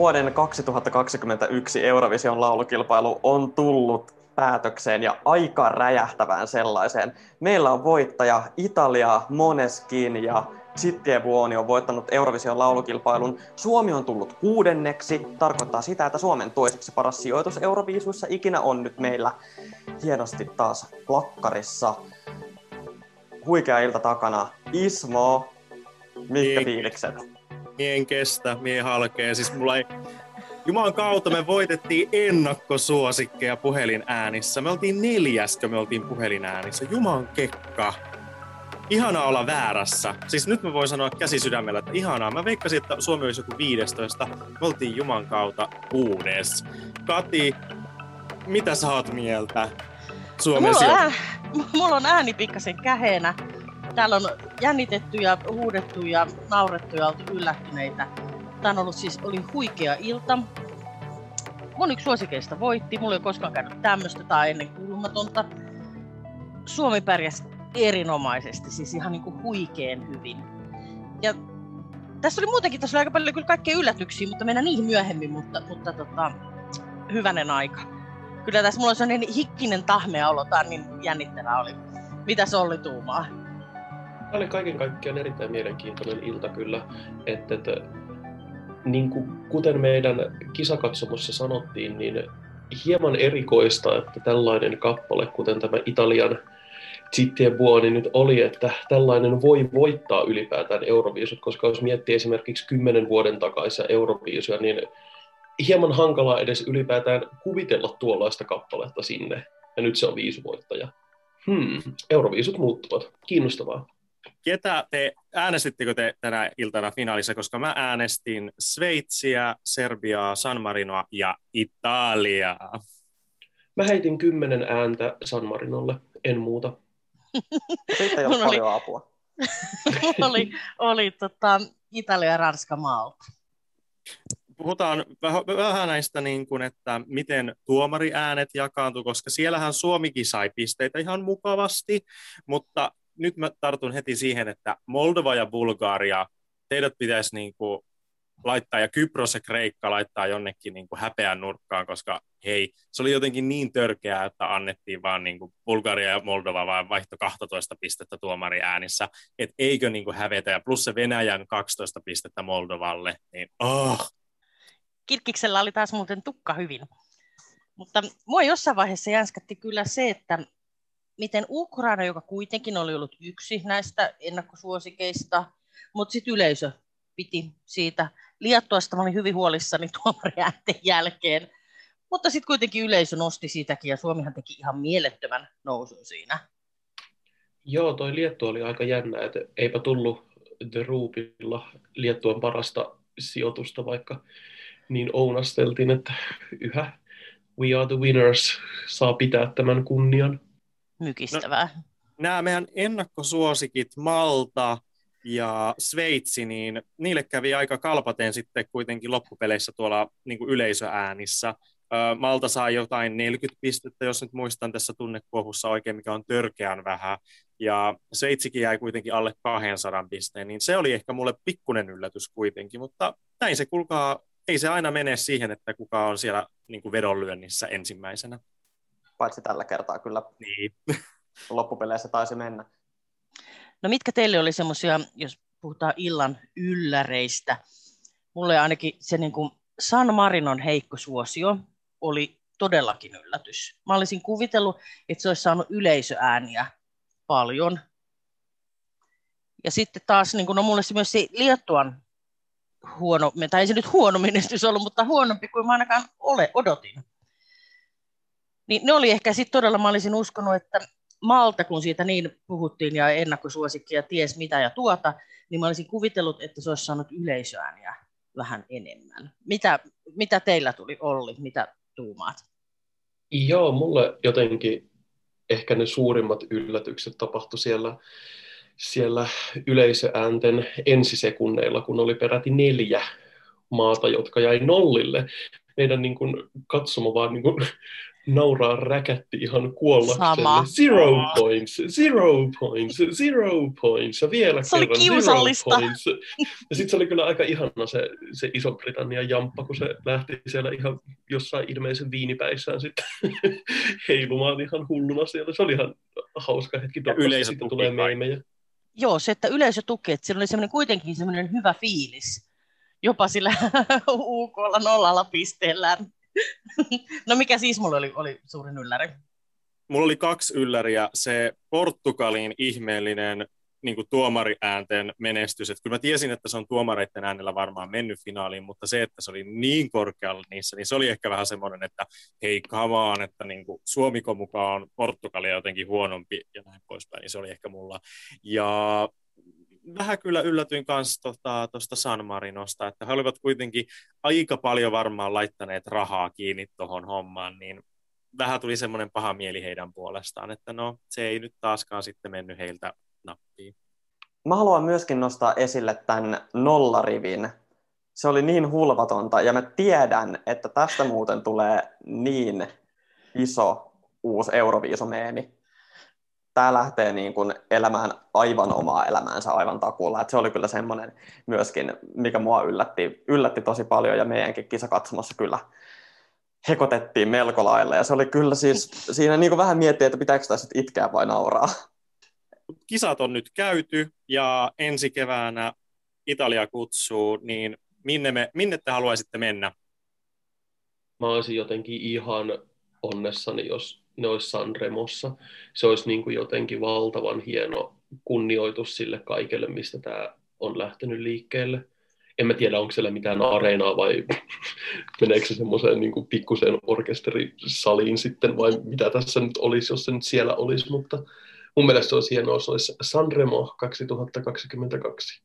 vuoden 2021 Eurovision laulukilpailu on tullut päätökseen ja aika räjähtävään sellaiseen. Meillä on voittaja Italia, Måneskin ja Zitti e Buoni on voittanut Eurovision laulukilpailun. Suomi on tullut 6. Tarkoittaa sitä, että Suomen toiseksi paras sijoitus Euroviisuissa ikinä on nyt meillä hienosti taas plakkarissa. Huikea ilta takana. Ismo, mitkä fiilikset? Mie en kestä, mie halkee. Siis mulla ei... Jumalan kautta me voitettiin ennakkosuosikkeja puhelinäänissä. Me oltiin 4, kun me oltiin puhelinäänissä. Jumalan kekka. Ihanaa olla väärässä. Siis nyt mä voin sanoa käsi sydämellä, että ihanaa. Mä veikkasin, että Suomi olisi joku 15. Me oltiin Jumalan kautta 6. Kati, mitä sä oot mieltä Suomen mulla on ääni pikkasen käheenä. Täällä on jännitetty ja huudettu ja naurettu ja oltu yllättyneitä. Tämä on ollut oli huikea ilta. Mun yksi suosikeista voitti. Mulla ei ole koskaan käynyt tämmöistä tai ennen kuulumatonta. Suomi pärjäsi erinomaisesti, siis ihan niin kuin huikeen hyvin. Ja tässä oli aika paljon kyllä kaikkea yllätyksiä, mutta mennään niihin myöhemmin, mutta hyvänen aika. Kyllä tässä mulla on sellainen hikkinen tahmea olo, tää niin jännittävää oli. Mitäs Olli tuumaa? Tämä oli kaiken kaikkiaan erittäin mielenkiintoinen ilta kyllä, että niin kuten meidän kisakatsomossa sanottiin, niin hieman erikoista, että tällainen kappale, kuten tämä Italian Zitti e Buoni nyt oli, että tällainen voi voittaa ylipäätään Euroviisut, koska jos miettii esimerkiksi 10 vuoden takaisia Euroviisuja, niin hieman hankalaa edes ylipäätään kuvitella tuollaista kappaletta sinne, ja nyt se on viisuvoittaja. Euroviisut muuttuvat. Kiinnostavaa. Äänestittekö te tänä iltana finaalissa, koska mä äänestin Sveitsiä, Serbiaa, San Marinoa ja Italiaa. Mä heitin 10 ääntä San Marinolle, en muuta. Siitä ei ole paljon apua. oli Italia ja Ranska Malta. Puhutaan vähän näistä, niin kuin, että miten tuomariäänet jakaantuu, koska siellähän Suomikin sai pisteitä ihan mukavasti, mutta nyt mä tartun heti siihen, että Moldova ja Bulgaria, teidät pitäisi niin kuin laittaa, ja Kypros ja Kreikka laittaa jonnekin niin kuin häpeän nurkkaan, koska hei, se oli jotenkin niin törkeää, että annettiin vaan niin kuin Bulgaria ja Moldova vaan vaihto 12 pistettä tuomariäänissä, että eikö niin kuin hävetä, ja plus se Venäjän 12 pistettä Moldovalle, niin Kirkkiksellä oli taas muuten tukka hyvin. Mutta mua jossain vaiheessa jänskätti kyllä se, että miten Ukraina, joka kuitenkin oli ollut yksi näistä ennakkosuosikeista, mutta sitten yleisö piti siitä. Liettuasta mä olin hyvin huolissani tuomariäänten jälkeen, mutta sitten kuitenkin yleisö nosti siitäkin ja Suomihan teki ihan mielettömän nousun siinä. Joo, toi Liettua oli aika jännä, että eipä tullut The Roopilla Liettuan parasta sijoitusta, vaikka niin ounasteltiin, että yhä We Are the Winners saa pitää tämän kunnian. Mykistävää. No, nämä meidän ennakkosuosikit Malta ja Sveitsi, niin niille kävi aika kalpaten sitten kuitenkin loppupeleissä tuolla niin kuin yleisöäänissä. Malta sai jotain 40 pistettä, jos nyt muistan tässä tunnekuohussa oikein, mikä on törkeän vähän. Ja Sveitsikin jäi kuitenkin alle 200 pisteen, niin se oli ehkä mulle pikkunen yllätys kuitenkin, mutta näin se kuulkaa, ei se aina mene siihen, että kuka on siellä niin kuin vedonlyönnissä ensimmäisenä. Paitsi tällä kertaa kyllä niin. Loppupeleissä taisi mennä. No mitkä teille oli semmoisia, jos puhutaan illan ylläreistä, mulle ainakin se niin kuin San Marinon heikko suosio oli todellakin yllätys. Mä olisin kuvitellut, että se olisi saanut yleisöääniä paljon. Ja sitten taas, niin kuin, no mulle se myös se Liettuan huono, tai ei se nyt huono menestys ollut, mutta huonompi kuin mä ainakaan odotin. Niin ne oli ehkä sitten todella, mä olisin uskonut, että Malta, kun siitä niin puhuttiin ja ennakkosuosikkia ties mitä ja niin mä olisin kuvitellut, että se olisi saanut yleisöääniä vähän enemmän. Mitä teillä tuli, Olli? Mitä tuumaat? Joo, mulle jotenkin ehkä ne suurimmat yllätykset tapahtui siellä yleisöäänten ensisekunneilla, kun oli peräti 4 maata, jotka jäi nollille. Meidän niin kuin katsomo vaan niin kuin nauraa räkätti ihan kuollakselle. Sama. 0 points, 0 points, 0 points ja vielä Se oli kerran 0 kiusallista. points. Ja sitten se oli kyllä aika ihana se Iso-Britannian jamppa, kun se lähti siellä ihan jossain ilmeisen viinipäissään sitten heilumaan ihan hulluna siellä. Se oli ihan hauska hetki. Yleisö siitä tuki tulee kaikki. meemejä. Joo, se, että yleisö tuki, että siellä oli kuitenkin semmoinen hyvä fiilis. Jopa sillä UK:lla 0 pisteellä. No mikä siis mulla oli suurin ylläri? Mulla oli 2 ylläriä. Se Portugalin ihmeellinen niin kuin tuomariäänten menestys. Että kyllä mä tiesin, että se on tuomareiden äänellä varmaan mennyt finaaliin, mutta se, että se oli niin korkealla niissä, niin se oli ehkä vähän semmoinen, että hei, come on, että niin kuin Suomiko mukaan on Portugalia jotenkin huonompi ja näin poispäin, niin se oli ehkä mulla. Ja vähän kyllä yllätyin kanssa tuosta San Marinosta, että he olivat kuitenkin aika paljon varmaan laittaneet rahaa kiinni tuohon hommaan, niin vähän tuli semmoinen paha mieli heidän puolestaan, että no se ei nyt taaskaan sitten mennyt heiltä nappiin. Mä haluan myöskin nostaa esille tämän nollarivin. Se oli niin hulvatonta ja mä tiedän, että tästä muuten tulee niin iso uusi Euroviisumeemi. Tää lähtee niin kuin elämään aivan omaa elämäänsä aivan takuulla. Et se oli kyllä semmoinen myöskin, mikä mua yllätti tosi paljon ja meidänkin kisakatsomossa kyllä hekotettiin melko lailla. Ja se oli kyllä siis, siinä niin kuin vähän miettii, että pitääkö sitä sitten itkeä vai nauraa. Kisat on nyt käyty ja ensi keväänä Italia kutsuu, niin minne te haluaisitte mennä? Mä olisin jotenkin ihan onnessani, jos ne olisi Sanremossa. Se olisi niin kuin jotenkin valtavan hieno kunnioitus sille kaikelle, mistä tämä on lähtenyt liikkeelle. En mä tiedä, onko siellä mitään areenaa vai meneekö se semmoiseen niin kuin pikkuseen orkesterisaliin sitten, vai mitä tässä nyt olisi, jos se nyt siellä olisi, mutta mun mielestä se olisi hienoa, se olisi Sanremo 2022.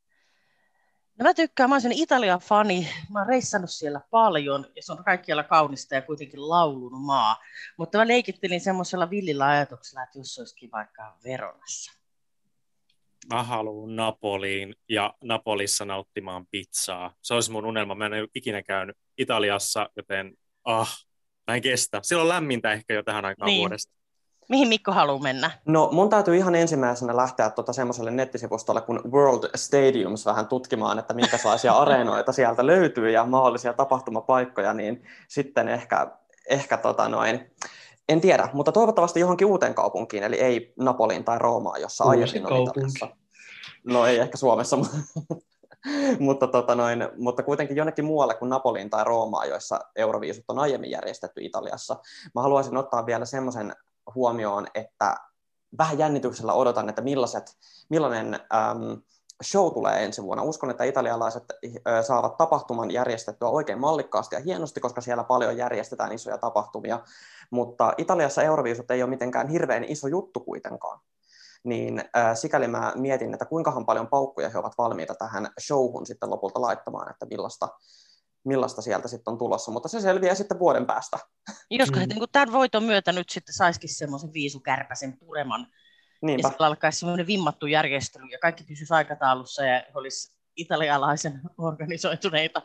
No mä tykkään, mä oon sen Italia-fani, mä oon reissannut siellä paljon ja se on kaikkialla kaunista ja kuitenkin laulun maa, mutta mä leikittelin semmoisella villillä ajatuksella, että jos olisikin vaikka Veronassa. Mä haluan Napoliin ja Napolissa nauttimaan pizzaa. Se olisi mun unelma. Mä en ole ikinä käynyt Italiassa, joten mä en kestä. Siellä on lämmintä ehkä jo tähän aikaan vuodesta. Mihin Mikko haluaa mennä? No mun täytyy ihan ensimmäisenä lähteä semmoiselle nettisivustolle kuin World Stadiums vähän tutkimaan, että minkälaisia areenoita sieltä löytyy ja mahdollisia tapahtumapaikkoja, niin sitten ehkä en tiedä, mutta toivottavasti johonkin uuteen kaupunkiin, eli ei Napoliin tai Roomaan, jossa aiemmin on Italiassa. No ei ehkä Suomessa, mutta kuitenkin jonnekin muualle kuin Napoliin tai Roomaan, joissa Euroviisut on aiemmin järjestetty Italiassa. Mä haluaisin ottaa vielä semmoisen huomioon, että vähän jännityksellä odotan, että millainen show tulee ensi vuonna. Uskon, että italialaiset saavat tapahtuman järjestettyä oikein mallikkaasti ja hienosti, koska siellä paljon järjestetään isoja tapahtumia, mutta Italiassa Euroviisut ei ole mitenkään hirveän iso juttu kuitenkaan. Niin sikäli mä mietin, että kuinkahan paljon paukkuja he ovat valmiita tähän showhun sitten lopulta laittamaan, että millaista sieltä sitten on tulossa, mutta se selviää sitten vuoden päästä. Josko he tämän voiton myötä nyt sitten saisikin semmoisen viisukärpäsen pureman. Niinpä. Ja siellä alkaisi semmoinen vimmattu järjestely ja kaikki pysyisi aikataulussa ja olisi italialaisen organisoituneita.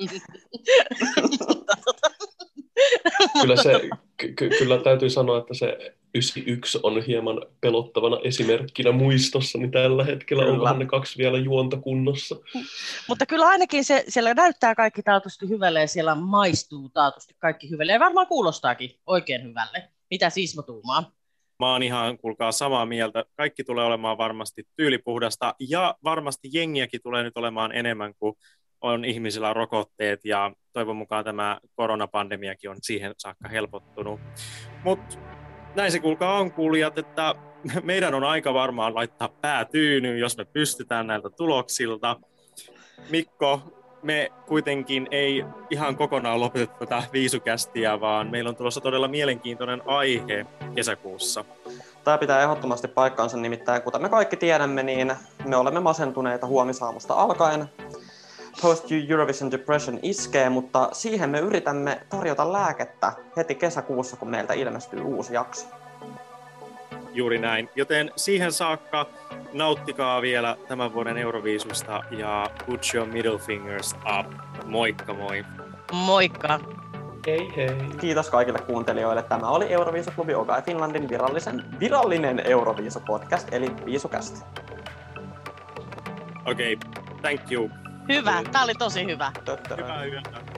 Kyllä täytyy sanoa, että se 91 on hieman pelottavana esimerkkinä muistossani tällä hetkellä. Kyllä. Onkohan ne 2 vielä juonta kunnossa? Mutta kyllä ainakin siellä näyttää kaikki taatusti hyvälle ja siellä maistuu taatusti kaikki hyvälle. Ja varmaan kuulostaakin oikein hyvälle. Mitä Sismo tuumaa? Mä oon ihan, kuulkaa, samaa mieltä. Kaikki tulee olemaan varmasti tyylipuhdasta ja varmasti jengiäkin tulee nyt olemaan enemmän kuin on ihmisillä rokotteet ja toivon mukaan tämä koronapandemiakin on siihen saakka helpottunut. Mutta näin se kuulkaa on, kuulijat, että meidän on aika varmaan laittaa pää tyynyyn, jos me pystytään näiltä tuloksilta. Mikko, me kuitenkin ei ihan kokonaan lopeteta tätä viisukästiä, vaan meillä on tulossa todella mielenkiintoinen aihe kesäkuussa. Tämä pitää ehdottomasti paikkaansa, nimittäin kuten me kaikki tiedämme, niin me olemme masentuneita huomisaamusta alkaen. Post-Eurovision Depression iskee, mutta siihen me yritämme tarjota lääkettä heti kesäkuussa, kun meiltä ilmestyy uusi jakso. Juuri näin, joten siihen saakka nauttikaa vielä tämän vuoden Euroviisusta ja put your middle fingers up. Moikka moi! Moikka! Hei hei! Kiitos kaikille kuuntelijoille. Tämä oli Euroviisuklubi OGAE Finlandin virallinen Euroviisu-podcast, eli Viisucast. Okei, thank you. Hyvä, tää oli tosi hyvä. Töttörö. Hyvää yötä.